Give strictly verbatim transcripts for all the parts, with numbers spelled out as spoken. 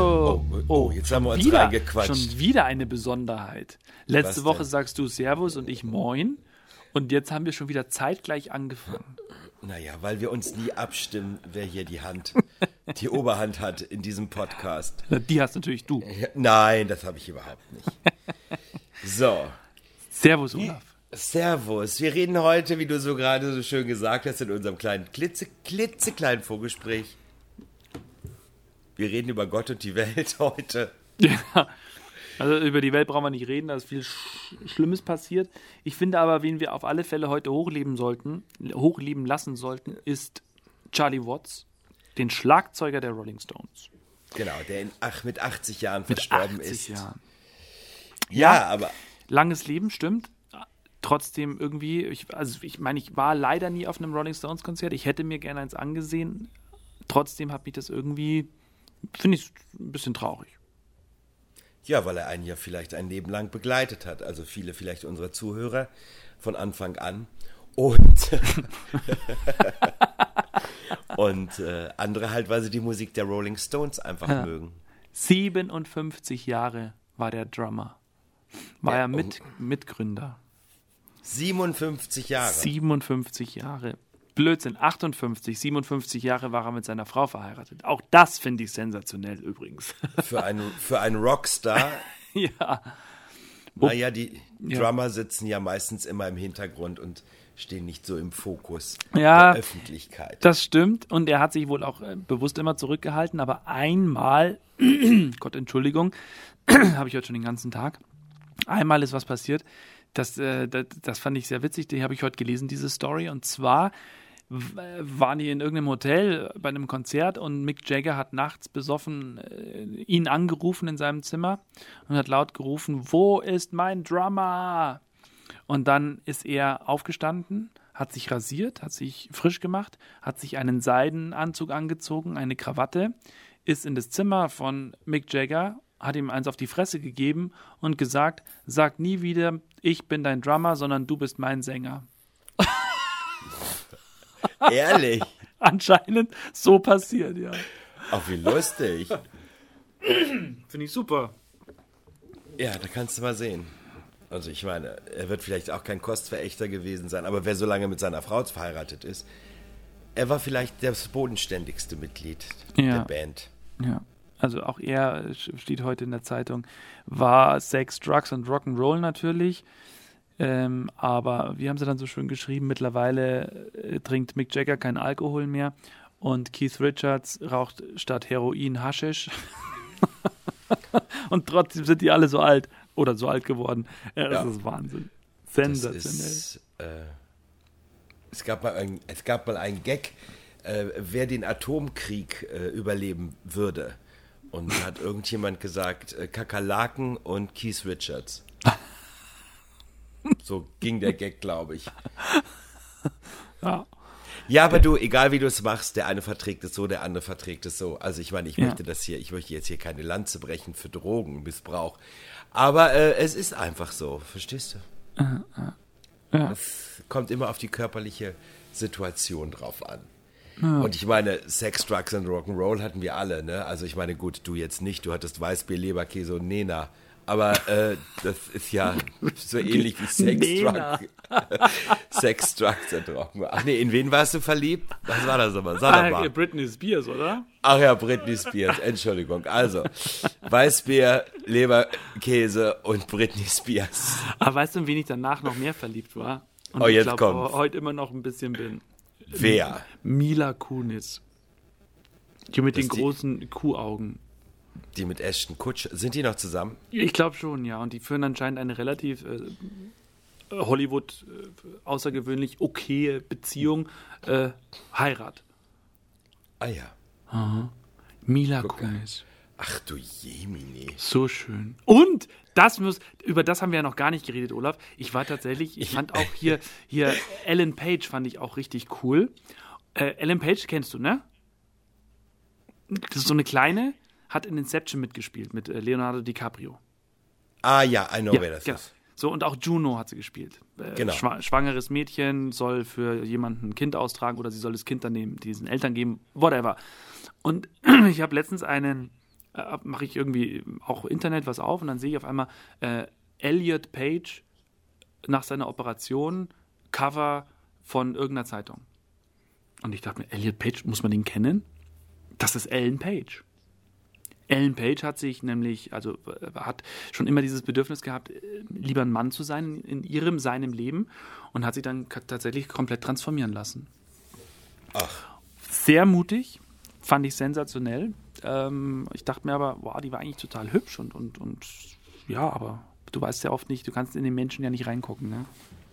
Oh, oh, oh jetzt haben wir uns wieder, reingequatscht. Schon wieder eine Besonderheit. Letzte Was Woche denn? sagst du Servus und ich Moin. Und jetzt haben wir schon wieder zeitgleich angefangen. Naja, weil wir uns nie abstimmen, wer hier die Hand, die Oberhand hat in diesem Podcast. Die hast natürlich du. Ja, nein, das habe ich überhaupt nicht. So. Servus, Olaf. Servus. Wir reden heute, wie du so gerade so schön gesagt hast, in unserem kleinen, klitze, klitzekleinen Vorgespräch. Wir reden über Gott und die Welt heute. Ja, also über die Welt brauchen wir nicht reden, da ist viel Sch- Schlimmes passiert. Ich finde aber, wen wir auf alle Fälle heute hochleben sollten, hochleben lassen sollten, ist Charlie Watts, den Schlagzeuger der Rolling Stones. Genau, der in, ach, mit achtzig Jahren Mit verstorben achtzig ist. Jahren. Ja, aber Langes Leben, stimmt. Trotzdem irgendwie, ich, also ich meine, ich war leider nie auf einem Rolling Stones Konzert. Ich hätte mir gerne eins angesehen. Trotzdem hat mich das irgendwie, finde ich, ein bisschen traurig. ja, weil er einen ja vielleicht ein Leben lang begleitet hat. Also viele vielleicht unserer Zuhörer von Anfang an. Und, und äh, andere halt, weil sie die Musik der Rolling Stones einfach Ja. mögen. siebenundfünfzig Jahre war der Drummer. War Ja, er mit, Mitgründer. siebenundfünfzig Jahre. siebenundfünfzig Jahre. Blödsinn, achtundfünfzig, siebenundfünfzig Jahre war er mit seiner Frau verheiratet. Auch das finde ich sensationell übrigens. Für einen, für einen Rockstar. Ja. Naja, die Ja. Drummer sitzen ja meistens immer im Hintergrund und stehen nicht so im Fokus Ja, der Öffentlichkeit. Das stimmt und er hat sich wohl auch äh, bewusst immer zurückgehalten, aber einmal, Gott, Entschuldigung, habe ich heute schon den ganzen Tag, einmal ist was passiert, das, äh, das, das fand ich sehr witzig, die habe ich heute gelesen, diese Story, und zwar w- waren die in irgendeinem Hotel bei einem Konzert und Mick Jagger hat nachts besoffen äh, ihn angerufen in seinem Zimmer und hat laut gerufen, wo ist mein Drummer? Und dann ist er aufgestanden, hat sich rasiert, hat sich frisch gemacht, hat sich einen Seidenanzug angezogen, eine Krawatte, ist in das Zimmer von Mick Jagger, hat ihm eins auf die Fresse gegeben und gesagt, sag nie wieder, ich bin dein Drummer, sondern du bist mein Sänger. Ehrlich? Anscheinend so passiert, ja. Ach, wie lustig. Finde ich super. Ja, da kannst du mal sehen. Also ich meine, er wird vielleicht auch kein Kostverächter gewesen sein, aber wer so lange mit seiner Frau verheiratet ist, er war vielleicht das bodenständigste Mitglied Ja. der Band. Ja, also auch er, steht heute in der Zeitung, war Sex, Drugs und Rock'n'Roll natürlich. Ähm, aber wie haben sie dann so schön geschrieben, mittlerweile äh, trinkt Mick Jagger kein Alkohol mehr und Keith Richards raucht statt Heroin Haschisch. Und trotzdem sind die alle so alt oder so alt geworden. Ja, das Ja. ist Wahnsinn. Das Sensationell. ist, äh, es, gab mal ein, es gab mal einen Gag, äh, wer den Atomkrieg äh, überleben würde. Und da hat irgendjemand gesagt, äh, Kakerlaken und Keith Richards. So ging der Gag, glaube ich. Ja. Ja, aber du, egal wie du es machst, der eine verträgt es so, der andere verträgt es so. Also ich meine, ich Ja. möchte das hier, ich möchte jetzt hier keine Lanze brechen für Drogenmissbrauch. Aber äh, es ist einfach so, verstehst du? Ja. Es kommt immer auf die körperliche Situation drauf an. Und ich meine, Sex, Drugs und Rock'n'Roll hatten wir alle, ne? Also ich meine, gut, du jetzt nicht, du hattest Weißbier, Leberkäse und Nena. Aber äh, das ist ja so ähnlich wie Sex, Nena. Drugs, Sex, Drugs und Rock'n'Roll. Ach nee, in wen warst du verliebt? Was war das nochmal? Sag doch Ah, mal. Britney Spears, oder? Ach ja, Britney Spears, Entschuldigung. Also, Weißbier, Leberkäse und Britney Spears. Aber weißt du, in wen ich danach noch mehr verliebt war? Und Oh, ich jetzt glaub, kommt's. heute immer noch ein bisschen bin. Wer? Mila Kunis. Die mit Das den die- großen Kuhaugen. Die mit Ashton Kutcher. Sind die noch zusammen? Ich glaube schon, ja. Und die führen anscheinend eine relativ äh, Hollywood äh, außergewöhnlich okaye Beziehung. Äh, Heirat. Ah ja. Mila Guck, Kunis. Ach du Jemine. So schön. Und das muss, über das haben wir ja noch gar nicht geredet, Olaf. Ich war tatsächlich, ich fand auch hier, hier Ellen Page fand ich auch richtig cool. Äh, Ellen Page kennst du, ne? Das ist so eine kleine, hat in Inception mitgespielt mit äh, Leonardo DiCaprio. Ah ja, I know wer das genau. ist. So, und auch Juno hat sie gespielt. Äh, Genau. schwa- schwangeres Mädchen soll für jemanden ein Kind austragen oder sie soll das Kind dann dem, diesen Eltern geben, whatever. Und ich habe letztens einen äh, mache ich irgendwie auch Internet was auf und dann sehe ich auf einmal äh, Elliot Page nach seiner Operation Cover von irgendeiner Zeitung. Und ich dachte mir, Elliot Page, muss man den kennen? Das ist Ellen Page. Ellen Page hat sich nämlich, also hat schon immer dieses Bedürfnis gehabt, lieber ein Mann zu sein in ihrem, seinem Leben und hat sich dann k- tatsächlich komplett transformieren lassen. Ach. Sehr mutig, fand ich sensationell. Ähm, ich dachte mir aber, wow, die war eigentlich total hübsch und, und, und ja, aber du weißt ja oft nicht, du kannst in den Menschen ja nicht reingucken. Ne?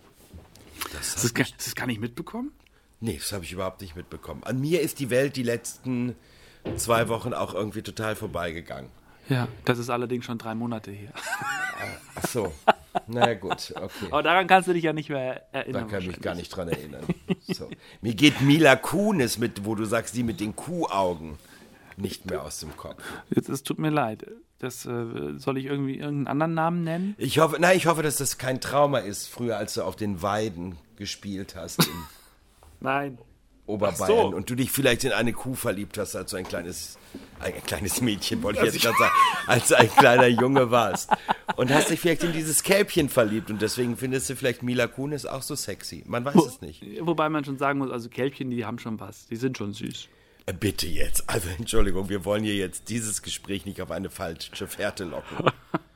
Das Hast du das gar nicht mitbekommen? Nee, das habe ich überhaupt nicht mitbekommen. An mir ist die Welt die letzten zwei Wochen auch irgendwie total vorbeigegangen. Ja, das ist allerdings schon drei Monate her. Ach so, naja gut, okay. Aber daran kannst du dich ja nicht mehr erinnern. Da kann ich mich gar nicht dran erinnern. So. Mir geht Mila Kunis mit, wo du sagst, die mit den Kuhaugen, nicht mehr aus dem Kopf. Jetzt, es tut mir leid. Das, äh, soll ich irgendwie irgendeinen anderen Namen nennen? Ich hoffe, nein, ich hoffe, dass das kein Trauma ist, früher als du auf den Weiden gespielt hast in Nein. Oberbayern So. und du dich vielleicht in eine Kuh verliebt hast, als du ein kleines, ein kleines Mädchen, wollte ich jetzt gerade sagen, als du ein kleiner Junge warst. Und hast dich vielleicht in dieses Kälbchen verliebt und deswegen findest du vielleicht Mila Kunis auch so sexy. Man weiß Wo, es nicht. Wobei man schon sagen muss, also Kälbchen, die haben schon was. Die sind schon süß. Äh, Bitte jetzt, also Entschuldigung, wir wollen hier jetzt dieses Gespräch nicht auf eine falsche Fährte locken.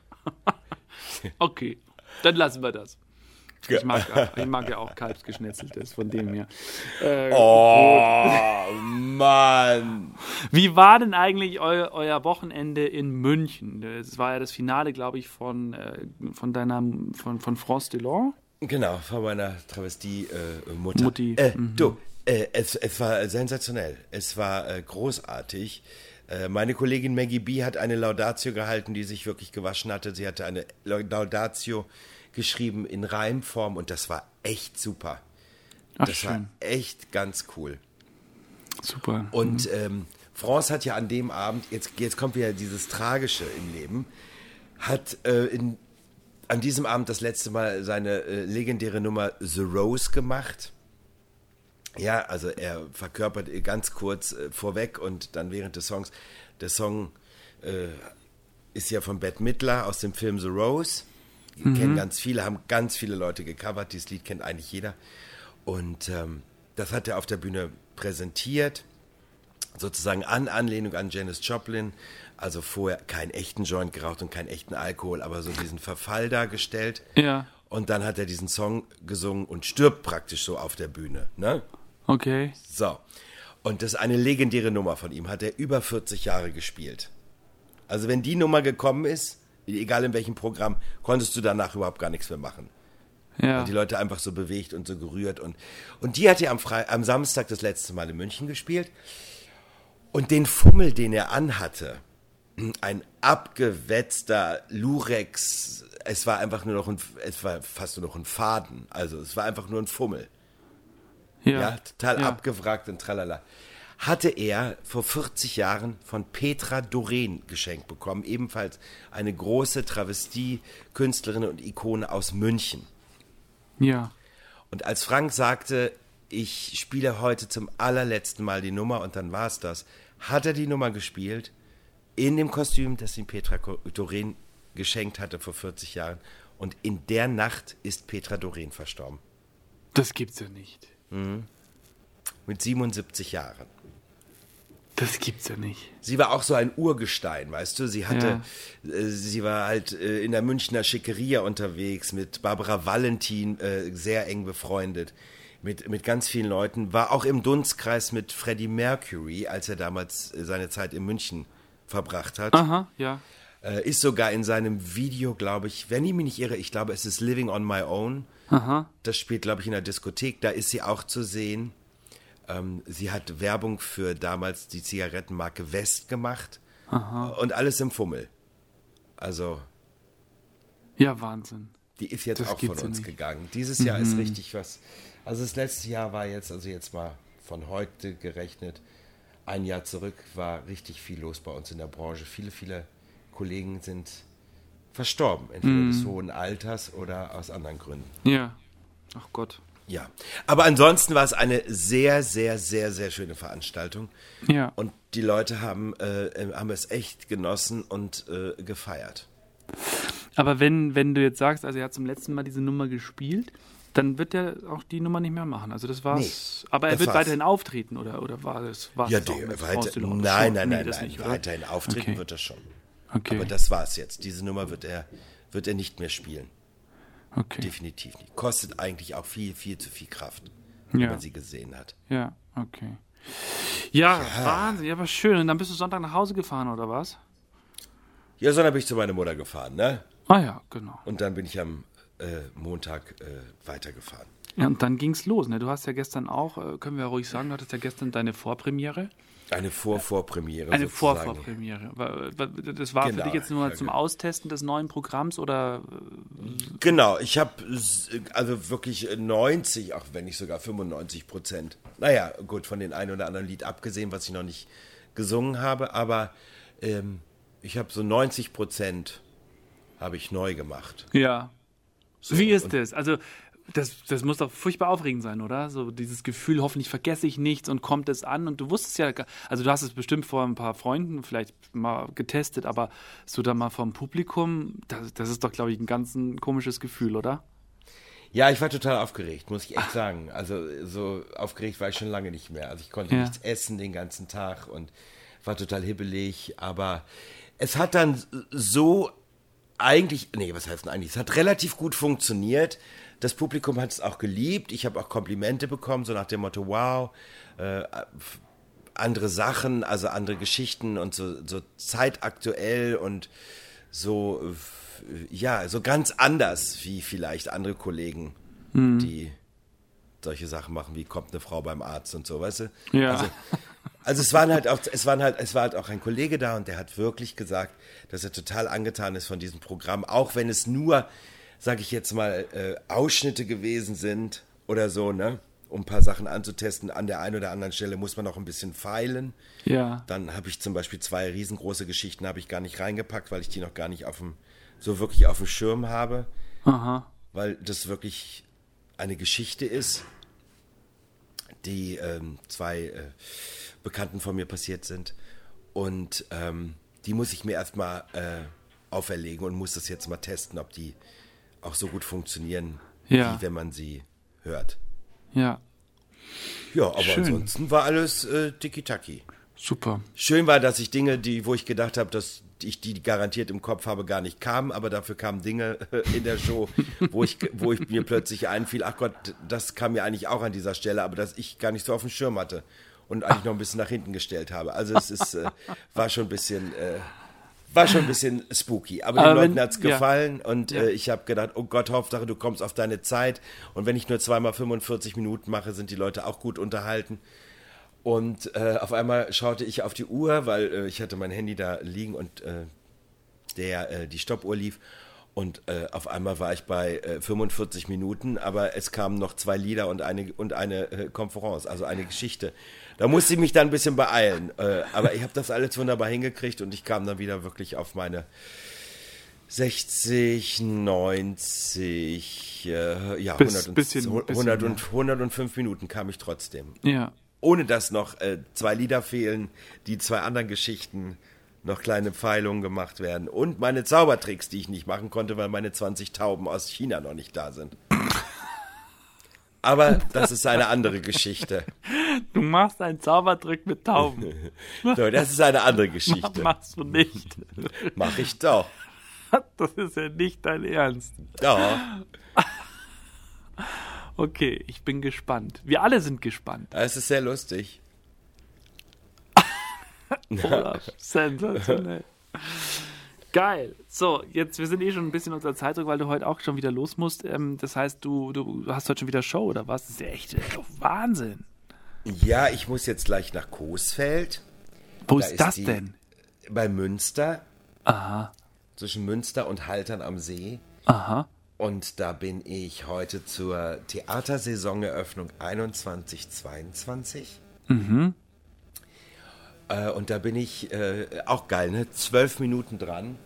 Okay, dann lassen wir das. Ich mag, ich mag ja auch Kalbsgeschnetzeltes, von dem her. Äh, Oh, Mann. Wie war denn eigentlich eu, euer Wochenende in München? Es war ja das Finale, glaube ich, von, äh, von deiner, von, von France Delon. Genau, von meiner Travestie-Mutter. Mutti. Äh, Mhm. Du, äh, es, es war sensationell. Es war äh, großartig. Äh, meine Kollegin Maggie B. hat eine Laudatio gehalten, die sich wirklich gewaschen hatte. Sie hatte eine Laudatio geschrieben in Reimform und das war echt super. Ach, das schön. war echt ganz cool. Super. Und ähm, France hat ja an dem Abend, jetzt, jetzt kommt wieder dieses Tragische im Leben, hat äh, in, an diesem Abend das letzte Mal seine äh, legendäre Nummer The Rose gemacht. Ja, also er verkörpert ganz kurz äh, vorweg und dann während des Songs. Der Song äh, ist ja von Bette Midler aus dem Film The Rose. Die Mhm. kennen ganz viele, haben ganz viele Leute gecovert. Dieses Lied kennt eigentlich jeder. Und ähm, das hat er auf der Bühne präsentiert, sozusagen an Anlehnung an Janis Joplin. Also vorher keinen echten Joint geraucht und keinen echten Alkohol, aber so diesen Verfall dargestellt. Ja, Und dann hat er diesen Song gesungen und stirbt praktisch so auf der Bühne. Ne? okay. So. Und das ist eine legendäre Nummer von ihm. Hat er über vierzig Jahre gespielt. Also wenn die Nummer gekommen ist, egal in welchem Programm, konntest du danach überhaupt gar nichts mehr machen. Ja. Weil die Leute einfach so bewegt und so gerührt. Und, und die hat er am, Fre- am Samstag das letzte Mal in München gespielt. Und den Fummel, den er anhatte, ein abgewetzter Lurex, es war einfach nur noch ein, es war fast nur noch ein Faden. Also es war einfach nur ein Fummel. Ja, ja. total ja. abgewrackt und tralala. Hatte er vor vierzig Jahren von Petra Doreen geschenkt bekommen, ebenfalls eine große Travestie-Künstlerin und Ikone aus München. Ja. Und als Frank sagte, ich spiele heute zum allerletzten Mal die Nummer und dann war es das, hat er die Nummer gespielt, in dem Kostüm, das ihm Petra Doreen geschenkt hatte vor vierzig Jahren. Und in der Nacht ist Petra Doreen verstorben. Das gibt's ja nicht. Mit siebenundsiebzig Jahren. Das gibt's ja nicht. Sie war auch so ein Urgestein, weißt du? Sie hatte, äh, sie war halt äh, in der Münchner Schickeria unterwegs, mit Barbara Valentin äh, sehr eng befreundet, mit, mit ganz vielen Leuten, war auch im Dunstkreis mit Freddie Mercury, als er damals äh, seine Zeit in München verbracht hat. Aha, ja. Äh, ist sogar in seinem Video, glaube ich, wenn ich mich nicht irre, ich glaube, es ist Living on My Own. Aha. Das spielt, glaube ich, in der Diskothek, da ist sie auch zu sehen. Ähm, sie hat Werbung für damals die Zigarettenmarke West gemacht. Aha. Und alles im Fummel. Also, Ja, Wahnsinn. die ist jetzt Das auch von gibt's ja uns nicht. gegangen. Dieses Jahr ist richtig was. Also das letzte Jahr war jetzt, also jetzt mal von heute gerechnet, ein Jahr zurück, war richtig viel los bei uns in der Branche. Viele, viele Kollegen sind verstorben, entweder des hohen Alters oder aus anderen Gründen. Ja. Ach Gott. Ja, aber ansonsten war es eine sehr, sehr, sehr, sehr schöne Veranstaltung. Ja. Und die Leute haben, äh, haben es echt genossen und äh, gefeiert. Aber wenn, wenn du jetzt sagst, also er hat zum letzten Mal diese Nummer gespielt, dann wird er auch die Nummer nicht mehr machen. Also das war's. Nee, aber er wird war's. weiterhin auftreten, oder, oder war das war's ja, die, weiter, nein, nein, nein, nein, nicht, weiterhin auftreten okay. wird er schon. Okay. Aber das war's jetzt. Diese Nummer wird er, wird er nicht mehr spielen. Okay. Definitiv nicht. Kostet eigentlich auch viel, viel zu viel Kraft, wenn ja. man sie gesehen hat. Ja, okay. Ja, ja, Wahnsinn, ja, war schön. Und dann bist du Sonntag nach Hause gefahren, oder was? Ja, Sonntag bin ich zu meiner Mutter gefahren, ne? Ah ja, genau. Und dann bin ich am äh, Montag äh, weitergefahren. Ja, und dann ging's los, ne? Du hast ja gestern auch, äh, können wir ja ruhig sagen, du hattest ja gestern deine Vorpremiere. Eine Vor-Vorpremiere. Eine Vor-Vorpremiere. Das war genau, für dich jetzt nur ja, zum genau. Austesten des neuen Programms oder? Genau, ich habe also wirklich neunzig, auch wenn nicht sogar fünfundneunzig Prozent, naja, gut, von den ein oder anderen Lied abgesehen, was ich noch nicht gesungen habe, aber ähm, ich habe so neunzig Prozent habe ich neu gemacht. Ja. So, Wie ist das? Also Das, das muss doch furchtbar aufregend sein, oder? So dieses Gefühl, hoffentlich vergesse ich nichts und kommt es an. Und du wusstest ja, also du hast es bestimmt vor ein paar Freunden vielleicht mal getestet, aber so da mal vom Publikum, das, das ist doch, glaube ich, ein ganz ein komisches Gefühl, oder? Ja, ich war total aufgeregt, muss ich echt sagen. Also so aufgeregt war ich schon lange nicht mehr. Also ich konnte Ja. nichts essen den ganzen Tag und war total hibbelig. Aber es hat dann so eigentlich, nee, was heißt denn eigentlich? Es hat relativ gut funktioniert. Das Publikum hat es auch geliebt. Ich habe auch Komplimente bekommen, so nach dem Motto, wow, äh, andere Sachen, also andere Geschichten und so, so zeitaktuell und so, äh, ja, so ganz anders wie vielleicht andere Kollegen, mhm. die solche Sachen machen, wie kommt eine Frau beim Arzt und so, weißt du? Ja. Also, also es waren halt auch, es waren halt, es war halt auch ein Kollege da und der hat wirklich gesagt, dass er total angetan ist von diesem Programm, auch wenn es nur, sage ich jetzt mal, äh, Ausschnitte gewesen sind oder so, ne, um ein paar Sachen anzutesten. An der einen oder anderen Stelle muss man noch ein bisschen feilen. Ja. Dann habe ich zum Beispiel zwei riesengroße Geschichten habe ich gar nicht reingepackt, weil ich die noch gar nicht auf dem, so wirklich auf dem Schirm habe. Aha. Weil das wirklich eine Geschichte ist, die ähm, zwei äh, Bekannten von mir passiert sind. Und ähm, die muss ich mir erstmal äh, auferlegen und muss das jetzt mal testen, ob die auch so gut funktionieren, ja. wie wenn man sie hört. Ja. Ja, aber Schön. Ansonsten war alles äh, tiki-taki. Super. Schön war, dass ich Dinge, die, wo ich gedacht habe, dass ich die garantiert im Kopf habe, gar nicht kamen, aber dafür kamen Dinge in der Show, wo ich, wo ich mir plötzlich einfiel, ach Gott, das kam mir eigentlich auch an dieser Stelle, aber dass ich gar nicht so auf dem Schirm hatte und eigentlich noch ein bisschen nach hinten gestellt habe. Also es ist, äh, war schon ein bisschen... Äh, War schon ein bisschen spooky, aber, aber den Leuten hat es gefallen ja. und ja. äh, ich habe gedacht, oh Gott, Hauptsache du kommst auf deine Zeit und wenn ich nur zweimal fünfundvierzig Minuten mache, sind die Leute auch gut unterhalten. Und äh, auf einmal schaute ich auf die Uhr, weil äh, ich hatte mein Handy da liegen und äh, der, äh, die Stoppuhr lief und äh, auf einmal war ich bei äh, fünfundvierzig Minuten, aber es kamen noch zwei Lieder und eine, und eine äh, Konferenz, also eine Geschichte. Da musste ich mich dann ein bisschen beeilen, äh, aber ich habe das alles wunderbar hingekriegt und ich kam dann wieder wirklich auf meine sechzig, neunzig, äh, ja, Bis, hundert, und, bisschen, hundert, bisschen, und, hundertfünf Minuten kam ich trotzdem. Ja. Ohne dass noch äh, zwei Lieder fehlen, die zwei anderen Geschichten noch kleine Pfeilungen gemacht werden und meine Zaubertricks, die ich nicht machen konnte, weil meine zwanzig Tauben aus China noch nicht da sind. Aber das ist eine andere Geschichte. Du machst einen Zaubertrick mit Tauben. So, das ist eine andere Geschichte. Machst du nicht. Mach ich doch. Das ist ja nicht dein Ernst. Doch. Okay, ich bin gespannt. Wir alle sind gespannt. Es ist sehr lustig. Olaf, sensationell. Geil. So, jetzt, wir sind eh schon ein bisschen unter Zeitdruck, weil du heute auch schon wieder los musst. Ähm, das heißt, du, du hast heute schon wieder Show, oder was? Das ist ja echt äh, Wahnsinn. Ja, ich muss jetzt gleich nach Coesfeld. Wo da ist das die, denn? Bei Münster. Aha. Zwischen Münster und Haltern am See. Aha. Und da bin ich heute zur Theatersaisoneröffnung einundzwanzig zweiundzwanzig. Mhm. Äh, und da bin ich, äh, auch geil, ne? Zwölf Minuten dran,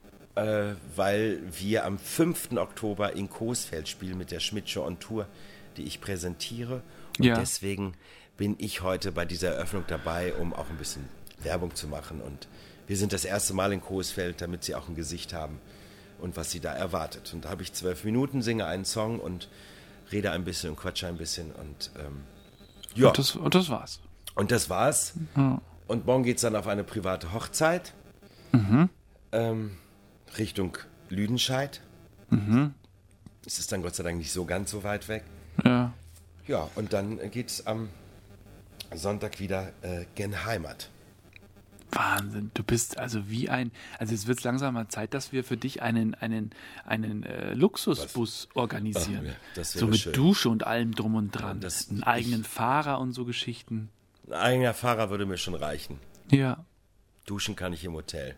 äh, weil wir am fünften Oktober in Coesfeld spielen mit der Schmidt Show on Tour. die ich präsentiere. Und Ja. deswegen bin ich heute bei dieser Eröffnung dabei, um auch ein bisschen Werbung zu machen. Und wir sind das erste Mal in Coesfeld, damit sie auch ein Gesicht haben und was sie da erwartet. Und da habe ich zwölf Minuten, singe einen Song und rede ein bisschen und quatsche ein bisschen. Und ähm, ja, Und das, und das war's. und das war's. Ja. Und morgen geht es dann auf eine private Hochzeit ähm, Richtung Lüdenscheid. Es ist dann Gott sei Dank nicht so ganz so weit weg. Ja. Ja, und dann geht es am Sonntag wieder äh, gen Heimat. Wahnsinn, du bist also wie ein, also es wird langsam mal Zeit, dass wir für dich einen, einen, einen äh, Luxusbus organisieren. Ach, ja, das wäre so mit schön. Dusche und allem drum und dran. Ja, das- einen eigenen Fahrer und so Geschichten. Ein eigener Fahrer würde mir schon reichen. Ja. Duschen kann ich im Hotel.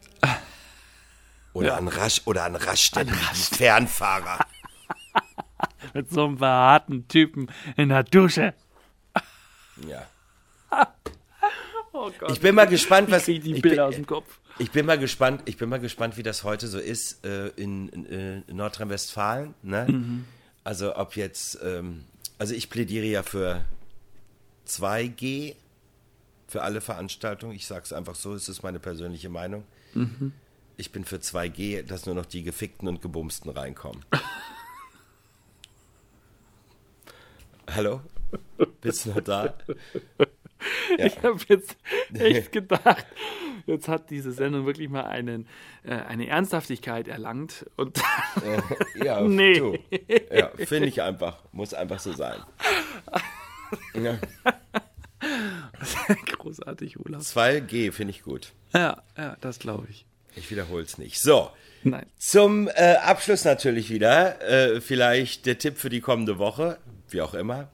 Oder Ja. an Rasch oder an Raststätten wie die Fernfahrer. Mit so einem behaarten Typen in der Dusche. Ja. Oh Gott. Ich bin mal gespannt, was krieg die ich Bilder bin, aus dem Kopf. Ich bin mal gespannt, ich bin mal gespannt, wie das heute so ist äh, in, in, äh, in Nordrhein-Westfalen. Ne? Mhm. Also ob jetzt, ähm, also ich plädiere ja für zwei G für alle Veranstaltungen. Ich sage es einfach so, es ist meine persönliche Meinung. Mhm. Ich bin für zwei G, dass nur noch die Gefickten und Gebumsten reinkommen. Hallo? Bist du noch da? Ja. Ich habe jetzt echt gedacht, jetzt hat diese Sendung wirklich mal einen, äh, eine Ernsthaftigkeit erlangt. Und Äh, ja, Nee. du. Ja, finde ich einfach. Muss einfach so sein. Ja. großartig, Olaf. zwei G finde ich gut. Ja, ja, das glaube ich. Ich wiederhole es nicht. So, Nein. zum äh, Abschluss natürlich wieder. Äh, vielleicht der Tipp für die kommende Woche, wie auch immer.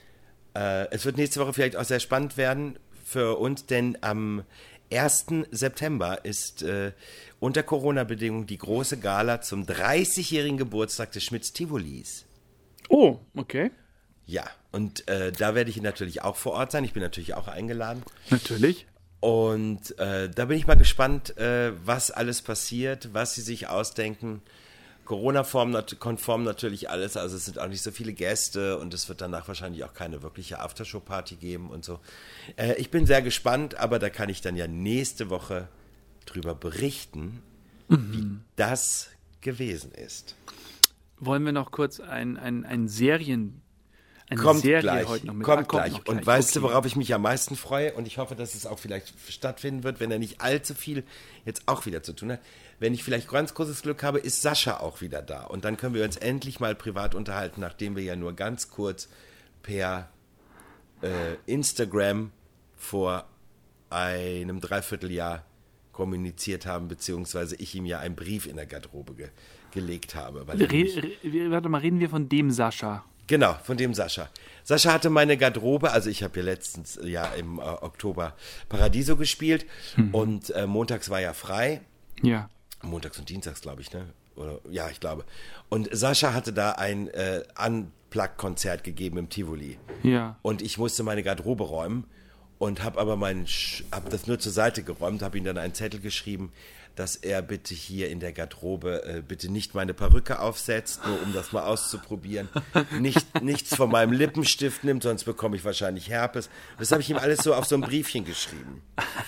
Äh, es wird nächste Woche vielleicht auch sehr spannend werden für uns, denn am ersten September ist äh, unter Corona-Bedingungen die große Gala zum dreißigjährigen Geburtstag des Schmitz-Tivolis. Oh, okay. Ja, und äh, da werde ich natürlich auch vor Ort sein. Ich bin natürlich auch eingeladen. Natürlich. Und äh, da bin ich mal gespannt, äh, was alles passiert, was sie sich ausdenken. Corona-konform natürlich alles, also es sind auch nicht so viele Gäste und es wird danach wahrscheinlich auch keine wirkliche Aftershow-Party geben und so. Äh, ich bin sehr gespannt, aber da kann ich dann ja nächste Woche drüber berichten, mhm. wie das gewesen ist. Wollen wir noch kurz ein, ein, ein Serien... Eine Kommt Serie gleich, heute noch mit. kommt, Ah, kommt gleich. noch Und weißt okay. du, worauf ich mich am meisten freue? Und ich hoffe, dass es auch vielleicht stattfinden wird, wenn er nicht allzu viel jetzt auch wieder zu tun hat. Wenn ich vielleicht ganz großes Glück habe, ist Sascha auch wieder da. Und dann können wir uns endlich mal privat unterhalten, nachdem wir ja nur ganz kurz per äh, Instagram vor einem Dreivierteljahr kommuniziert haben, beziehungsweise ich ihm ja einen Brief in der Garderobe ge gelegt habe. Weil er Re nämlich- re warte mal, reden wir von dem Sascha. Genau, von dem Sascha. Sascha hatte meine Garderobe, also ich habe ja letztens äh, ja im äh, Oktober Paradiso gespielt mhm. und äh, montags war ja frei. Ja. Montags und Dienstags, glaube ich, ne? Oder ja, ich glaube. Und Sascha hatte da ein äh, Unplugged-Konzert gegeben im Tivoli. Ja. Und ich musste meine Garderobe räumen und habe aber meinen, habe das nur zur Seite geräumt, habe ihm dann einen Zettel geschrieben, dass er bitte hier in der Garderobe äh, bitte nicht meine Perücke aufsetzt, nur um das mal auszuprobieren. Nicht, nichts von meinem Lippenstift nimmt, sonst bekomme ich wahrscheinlich Herpes. Das habe ich ihm alles so auf so ein Briefchen geschrieben.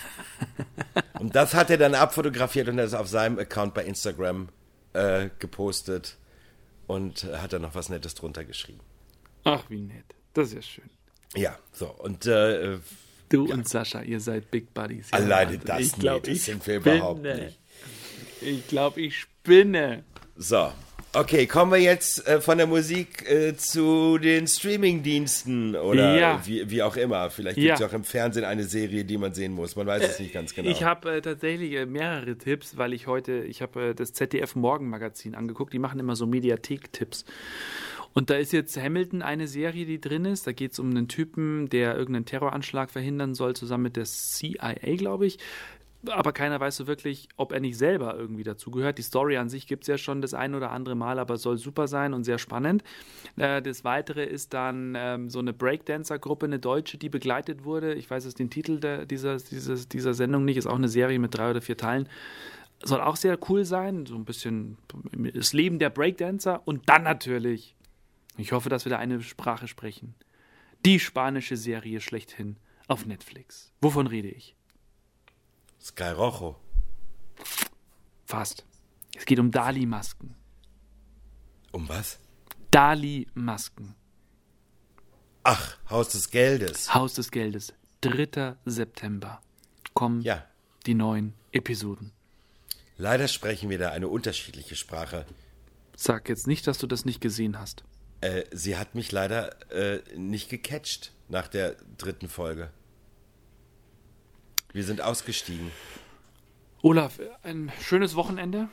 Und das hat er dann abfotografiert und das auf seinem Account bei Instagram äh, gepostet und äh, hat dann noch was Nettes drunter geschrieben. Ach, wie nett. Das ist ja schön. Ja, so. Und äh, Du ja. und Sascha, ihr seid Big Buddies. Ja, Alleine Wahnsinn. das ich glaub, nicht, das ich sind wir spinne. überhaupt nicht. Ich glaube, ich spinne. So, okay, kommen wir jetzt äh, von der Musik äh, zu den Streaming-Diensten oder Ja. wie, wie auch immer. Vielleicht gibt es Ja. ja auch im Fernsehen eine Serie, die man sehen muss. Man weiß es nicht ganz genau. Ich habe äh, tatsächlich äh, mehrere Tipps, weil ich heute, ich habe äh, das Z D F Morgenmagazin angeguckt. Die machen immer so Mediathek-Tipps. Und da ist jetzt Hamilton eine Serie, die drin ist. Da geht es um einen Typen, der irgendeinen Terroranschlag verhindern soll, zusammen mit der C I A, glaube ich. Aber keiner weiß so wirklich, ob er nicht selber irgendwie dazugehört. Die Story an sich gibt es ja schon das ein oder andere Mal, aber soll super sein und sehr spannend. Äh, das Weitere ist dann ähm, so eine Breakdancer-Gruppe, eine deutsche, die begleitet wurde. Ich weiß jetzt den Titel der, dieser, dieser, dieser Sendung nicht. Ist auch eine Serie mit drei oder vier Teilen. Soll auch sehr cool sein. So ein bisschen das Leben der Breakdancer. Und dann natürlich Ich hoffe, dass wir da eine Sprache sprechen. Die spanische Serie schlechthin auf Netflix. Wovon rede ich? Sky Rojo. Fast. Es geht um Dali-Masken. Um was? Dali-Masken. Ach, Haus des Geldes. Haus des Geldes. dritter September kommen Ja. die neuen Episoden. Leider sprechen wir da eine unterschiedliche Sprache. Sag jetzt nicht, dass du das nicht gesehen hast. Äh, sie hat mich leider äh, nicht gecatcht nach der dritten Folge. Wir sind ausgestiegen. Olaf, ein schönes Wochenende.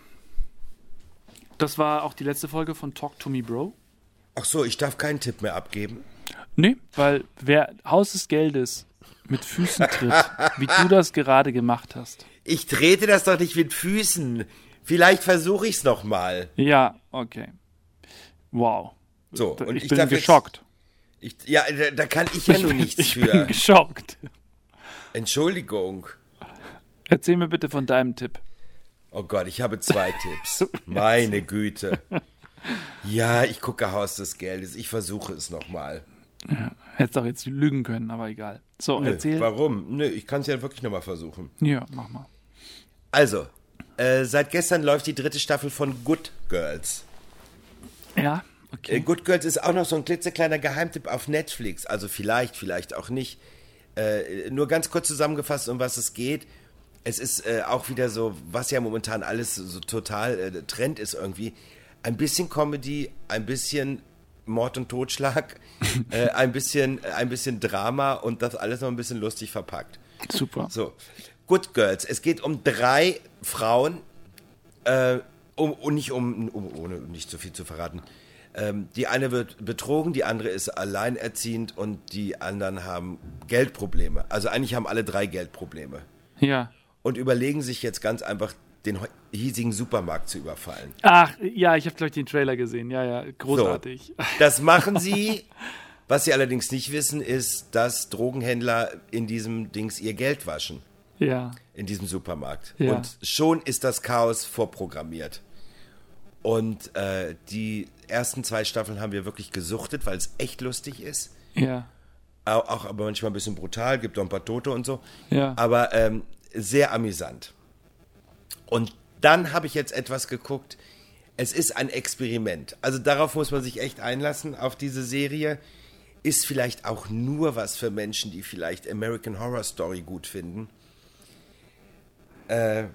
Das war auch die letzte Folge von Talk to Me Bro. Ach so, ich darf keinen Tipp mehr abgeben. Nee, weil wer Haus des Geldes mit Füßen tritt, wie du das gerade gemacht hast. Ich trete das doch nicht mit Füßen. Vielleicht versuche ich es nochmal. Ja, okay. Wow. So, und ich, ich bin darf geschockt. Jetzt, ich, ja, da, da kann ich ja Ich nur bin, nichts ich für. bin geschockt. Entschuldigung. Erzähl mir bitte von deinem Tipp. Oh Gott, ich habe zwei Tipps. Meine Güte. Ja, ich gucke Haus des Geldes. Ich versuche es nochmal. Ja, hättest doch jetzt lügen können, aber egal. So, Nö, erzähl. warum? Nö, ich kann es ja wirklich nochmal versuchen. Ja, mach mal. Also, äh, seit gestern läuft die dritte Staffel von Good Girls. Ja, Äh, okay. Good Girls ist auch noch so ein klitzekleiner Geheimtipp auf Netflix. Also vielleicht, vielleicht auch nicht. Äh, nur ganz kurz zusammengefasst, um was es geht. Es ist äh, auch wieder so, was ja momentan alles so total äh, Trend ist irgendwie. Ein bisschen Comedy, ein bisschen Mord und Totschlag, äh, ein bisschen, ein bisschen Drama und das alles noch ein bisschen lustig verpackt. Super. So, Good Girls. Es geht um drei Frauen, äh, um, und nicht um, um, ohne nicht zu viel zu verraten. Ähm, die eine wird betrogen, die andere ist alleinerziehend und die anderen haben Geldprobleme. Also eigentlich haben alle drei Geldprobleme. Ja. Und überlegen sich jetzt ganz einfach, den hiesigen Supermarkt zu überfallen. Ach, ja, ich habe gleich den Trailer gesehen. Ja, ja, großartig. So, das machen sie. Was sie allerdings nicht wissen, ist, dass Drogenhändler in diesem Dings ihr Geld waschen. Ja. In diesem Supermarkt. Ja. Und schon ist das Chaos vorprogrammiert. Und äh, die ersten zwei Staffeln haben wir wirklich gesuchtet, weil es echt lustig ist. Ja. Auch, auch aber manchmal ein bisschen brutal, gibt auch ein paar Tote und so. Ja. Aber ähm, sehr amüsant. Und dann habe ich jetzt etwas geguckt. Es ist ein Experiment. Also darauf muss man sich echt einlassen, auf diese Serie. Ist vielleicht auch nur was für Menschen, die vielleicht American Horror Story gut finden. Äh,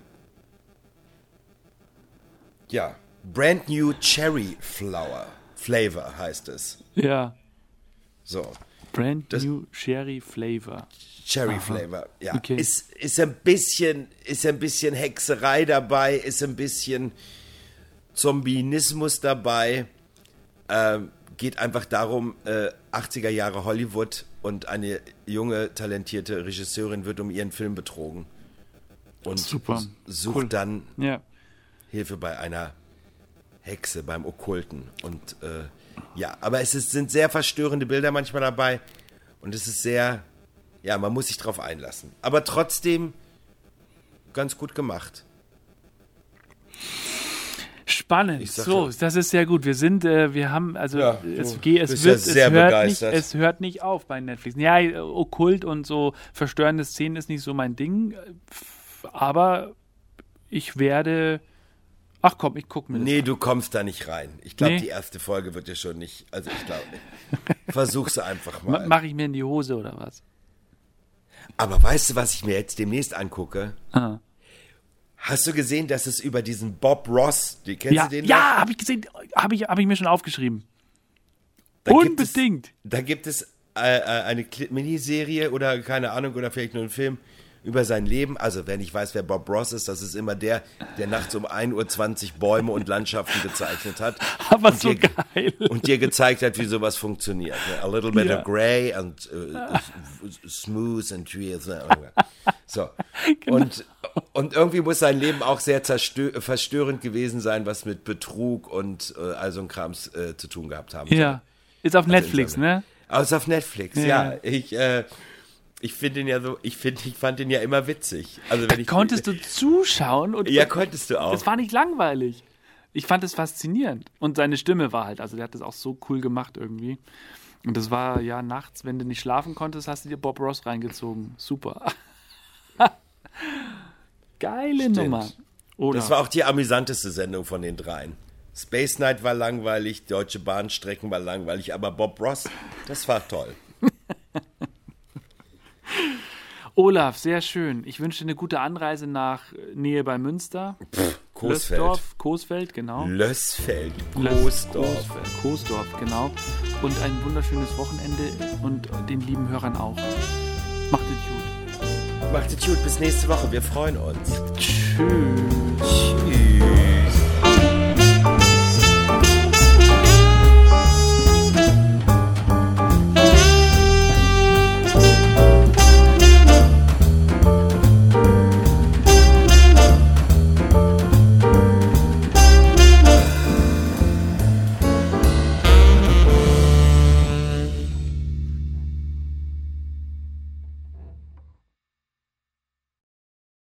ja, Brand New Cherry Flower. Flavor heißt es. Ja. So. Brand Das- New Sherry Flavor. Cherry Aha. Flavor, ja. Okay. Ist, ist ein bisschen, ist ein bisschen Hexerei dabei, ist ein bisschen Zombinismus dabei. Ähm, geht einfach darum, äh, achtziger Jahre Hollywood und eine junge, talentierte Regisseurin wird um ihren Film betrogen. Und Super. s- sucht Cool. dann Ja. Hilfe bei einer Hexe, beim Okkulten. Und äh, ja, aber es ist, sind sehr verstörende Bilder manchmal dabei. Und es ist sehr, ja, man muss sich drauf einlassen. Aber trotzdem ganz gut gemacht. Spannend. Ich sag So, ja. das ist sehr gut. Wir sind, äh, wir haben, also Ja, es, du geht, es bist wird, ja sehr es hört begeistert. nicht, es hört nicht auf bei Netflix. Ja, äh, okkult und so verstörende Szenen ist nicht so mein Ding, aber ich werde, ach komm, ich gucke mir das Nee, an. du kommst da nicht rein. Ich glaube, Nee. die erste Folge wird dir schon nicht, also ich glaube nicht. Versuch's einfach Ma- mal. Mache ich mir in die Hose oder was? Aber weißt du, was ich mir jetzt demnächst angucke? Ah. Hast du gesehen, dass es über diesen Bob Ross, die kennst Ja, du den? ja, habe ich gesehen, habe ich, hab ich mir schon aufgeschrieben. Da gibt es- Unbedingt. Da gibt es äh, äh, eine Kli- Miniserie oder keine Ahnung oder vielleicht nur einen Film über sein Leben. Also wer nicht weiß, wer Bob Ross ist, das ist immer der, der nachts um ein Uhr zwanzig Bäume und Landschaften gezeichnet hat. Aber und so dir, geil. Und dir gezeigt hat, wie sowas funktioniert. Ne? A little bit Ja. of grey and uh, smooth and trees. So. Genau. Und, und irgendwie muss sein Leben auch sehr zerstö- verstörend gewesen sein, was mit Betrug und äh, all so ein Krams äh, zu tun gehabt haben. Ja, ist auf Netflix, Also in seiner- ne? Aus auf Netflix, Ja. ja. Ich, äh, ich finde ihn ja so, ich finde, ich fand ihn ja immer witzig. Also wenn ich Konntest du zuschauen und Ja, konntest du auch. das war nicht langweilig. ich fand es faszinierend. Und seine Stimme war halt, also der hat das auch so cool gemacht irgendwie. Und das war ja nachts, wenn du nicht schlafen konntest, hast du dir Bob Ross reingezogen. Super. Geile Stimmt. Nummer. Oder? Das war auch die amüsanteste Sendung von den dreien. Space Night war langweilig, Deutsche Bahnstrecken war langweilig, aber Bob Ross, das war toll. Olaf, sehr schön. Ich wünsche dir eine gute Anreise nach Nähe bei Münster. Pff, Coesfeld. Lösdorf, Coesfeld, genau. Lösfeld, Coesdorf. Coesdorf, genau. Und ein wunderschönes Wochenende und den lieben Hörern auch. Macht es gut. Macht es gut, bis nächste Woche, wir freuen uns. Tschüss.